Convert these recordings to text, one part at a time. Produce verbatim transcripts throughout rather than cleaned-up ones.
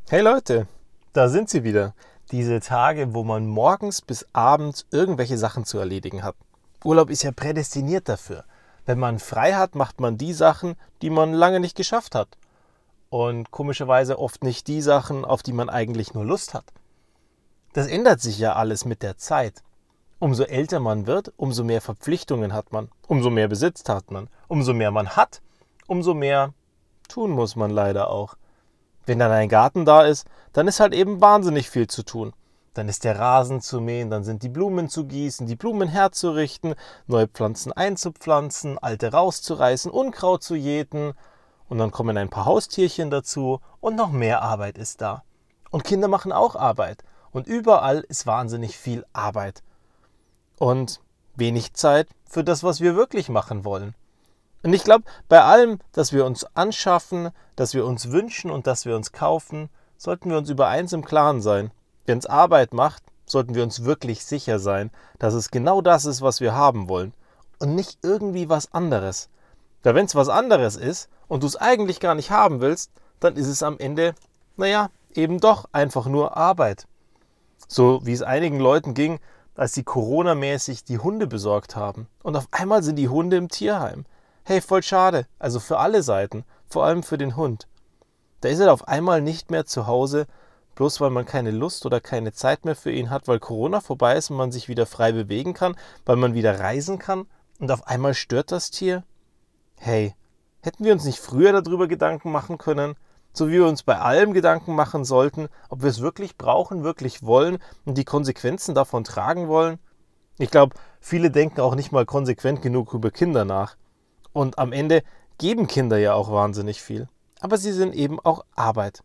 Hey Leute, da sind sie wieder. Diese Tage, wo man morgens bis abends irgendwelche Sachen zu erledigen hat. Urlaub ist ja prädestiniert dafür. Wenn man frei hat, macht man die Sachen, die man lange nicht geschafft hat. Und komischerweise oft nicht die Sachen, auf die man eigentlich nur Lust hat. Das ändert sich ja alles mit der Zeit. Umso älter man wird, umso mehr Verpflichtungen hat man, umso mehr Besitz hat man, umso mehr man hat, umso mehr tun muss man leider auch. Wenn dann ein Garten da ist, dann ist halt eben wahnsinnig viel zu tun. Dann ist der Rasen zu mähen, dann sind die Blumen zu gießen, die Blumen herzurichten, neue Pflanzen einzupflanzen, alte rauszureißen, Unkraut zu jäten. Und dann kommen ein paar Haustierchen dazu und noch mehr Arbeit ist da. Und Kinder machen auch Arbeit. Und überall ist wahnsinnig viel Arbeit. Und wenig Zeit für das, was wir wirklich machen wollen. Und ich glaube, bei allem, das wir uns anschaffen, das wir uns wünschen und das wir uns kaufen, sollten wir uns über eins im Klaren sein. Wenn es Arbeit macht, sollten wir uns wirklich sicher sein, dass es genau das ist, was wir haben wollen. Und nicht irgendwie was anderes. Weil wenn es was anderes ist und du es eigentlich gar nicht haben willst, dann ist es am Ende, naja, eben doch einfach nur Arbeit. So wie es einigen Leuten ging, als sie Corona-mäßig die Hunde besorgt haben. Und auf einmal sind die Hunde im Tierheim. Hey, voll schade. Also für alle Seiten. Vor allem für den Hund. Da ist er auf einmal nicht mehr zu Hause, bloß weil man keine Lust oder keine Zeit mehr für ihn hat, weil Corona vorbei ist und man sich wieder frei bewegen kann, weil man wieder reisen kann. Und auf einmal stört das Tier? Hey, hätten wir uns nicht früher darüber Gedanken machen können? So wie wir uns bei allem Gedanken machen sollten, ob wir es wirklich brauchen, wirklich wollen und die Konsequenzen davon tragen wollen? Ich glaube, viele denken auch nicht mal konsequent genug über Kinder nach. Und am Ende geben Kinder ja auch wahnsinnig viel. Aber sie sind eben auch Arbeit.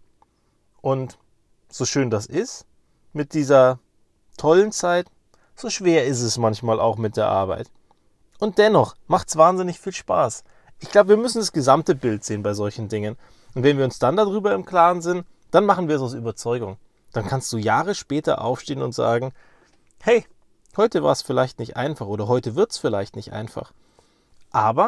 Und so schön das ist, mit dieser tollen Zeit, so schwer ist es manchmal auch mit der Arbeit. Und dennoch macht es wahnsinnig viel Spaß. Ich glaube, wir müssen das gesamte Bild sehen bei solchen Dingen. Und wenn wir uns dann darüber im Klaren sind, dann machen wir es aus Überzeugung. Dann kannst du Jahre später aufstehen und sagen, hey, heute war es vielleicht nicht einfach oder heute wird es vielleicht nicht einfach. Aber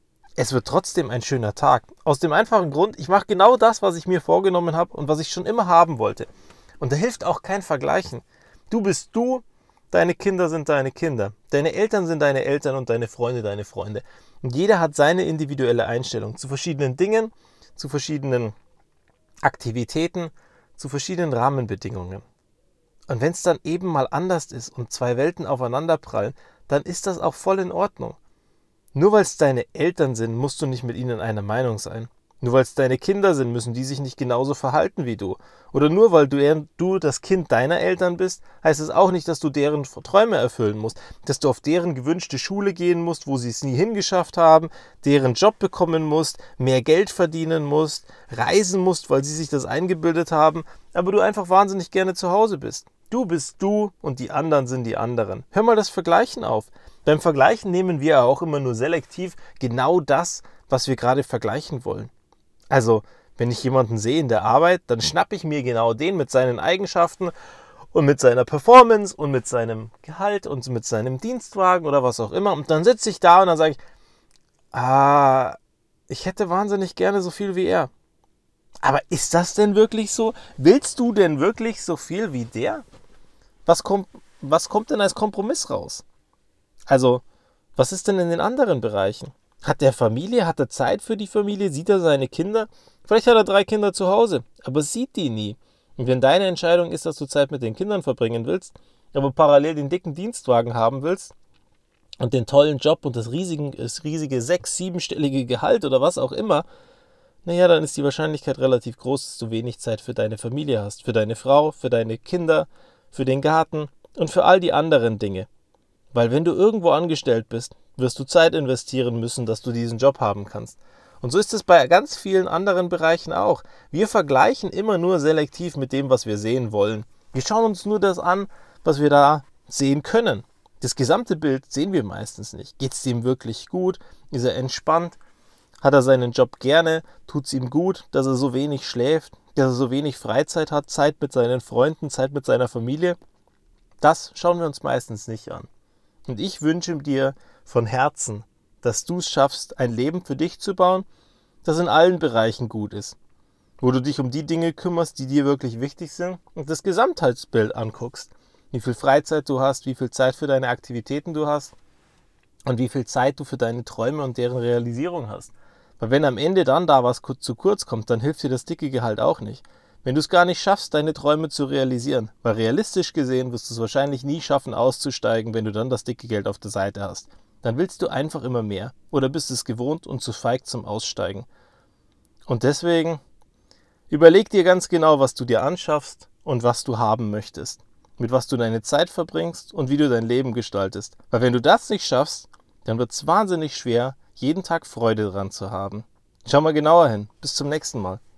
es wird trotzdem ein schöner Tag. Aus dem einfachen Grund, ich mache genau das, was ich mir vorgenommen habe und was ich schon immer haben wollte. Und da hilft auch kein Vergleichen. Du bist du, deine Kinder sind deine Kinder. Deine Eltern sind deine Eltern und deine Freunde deine Freunde. Und jeder hat seine individuelle Einstellung zu verschiedenen Dingen, zu verschiedenen Aktivitäten, zu verschiedenen Rahmenbedingungen. Und wenn es dann eben mal anders ist und zwei Welten aufeinanderprallen, dann ist das auch voll in Ordnung. Nur weil es deine Eltern sind, musst du nicht mit ihnen einer Meinung sein. Nur weil es deine Kinder sind, müssen die sich nicht genauso verhalten wie du. Oder nur weil du, du das Kind deiner Eltern bist, heißt es auch nicht, dass du deren Träume erfüllen musst. Dass du auf deren gewünschte Schule gehen musst, wo sie es nie hingeschafft haben, deren Job bekommen musst, mehr Geld verdienen musst, reisen musst, weil sie sich das eingebildet haben, aber du einfach wahnsinnig gerne zu Hause bist. Du bist du und die anderen sind die anderen. Hör mal das Vergleichen auf. Beim Vergleichen nehmen wir auch immer nur selektiv genau das, was wir gerade vergleichen wollen. Also, wenn ich jemanden sehe in der Arbeit, dann schnappe ich mir genau den mit seinen Eigenschaften und mit seiner Performance und mit seinem Gehalt und mit seinem Dienstwagen oder was auch immer. Und dann sitze ich da und dann sage ich, ah, ich hätte wahnsinnig gerne so viel wie er. Aber ist das denn wirklich so? Willst du denn wirklich so viel wie der? Was kommt, was kommt denn als Kompromiss raus? Also, was ist denn in den anderen Bereichen? Hat der Familie, hat er Zeit für die Familie, sieht er seine Kinder? Vielleicht hat er drei Kinder zu Hause, aber sieht die nie. Und wenn deine Entscheidung ist, dass du Zeit mit den Kindern verbringen willst, aber parallel den dicken Dienstwagen haben willst und den tollen Job und das riesige, das riesige sechs-, siebenstellige Gehalt oder was auch immer, naja, dann ist die Wahrscheinlichkeit relativ groß, dass du wenig Zeit für deine Familie hast, für deine Frau, für deine Kinder, für den Garten und für all die anderen Dinge. Weil wenn du irgendwo angestellt bist, wirst du Zeit investieren müssen, dass du diesen Job haben kannst. Und so ist es bei ganz vielen anderen Bereichen auch. Wir vergleichen immer nur selektiv mit dem, was wir sehen wollen. Wir schauen uns nur das an, was wir da sehen können. Das gesamte Bild sehen wir meistens nicht. Geht es ihm wirklich gut? Ist er entspannt? Hat er seinen Job gerne? Tut es ihm gut, dass er so wenig schläft? Dass er so wenig Freizeit hat? Zeit mit seinen Freunden? Zeit mit seiner Familie? Das schauen wir uns meistens nicht an. Und ich wünsche dir von Herzen, dass du es schaffst, ein Leben für dich zu bauen, das in allen Bereichen gut ist. wo du dich um die Dinge kümmerst, die dir wirklich wichtig sind und das Gesamtheitsbild anguckst. Wie viel Freizeit du hast, wie viel Zeit für deine Aktivitäten du hast und wie viel Zeit du für deine Träume und deren Realisierung hast. Weil wenn am Ende dann da was zu kurz kommt, dann hilft dir das dicke Gehalt auch nicht. Wenn du es gar nicht schaffst, deine Träume zu realisieren, weil realistisch gesehen wirst du es wahrscheinlich nie schaffen, auszusteigen, wenn du dann das dicke Geld auf der Seite hast. Dann willst du einfach immer mehr oder bist es gewohnt und zu feig zum Aussteigen. Und deswegen überleg dir ganz genau, was du dir anschaffst und was du haben möchtest. Mit was du deine Zeit verbringst und wie du dein Leben gestaltest. Weil wenn du das nicht schaffst, dann wird es wahnsinnig schwer, jeden Tag Freude dran zu haben. Schau mal genauer hin. Bis zum nächsten Mal.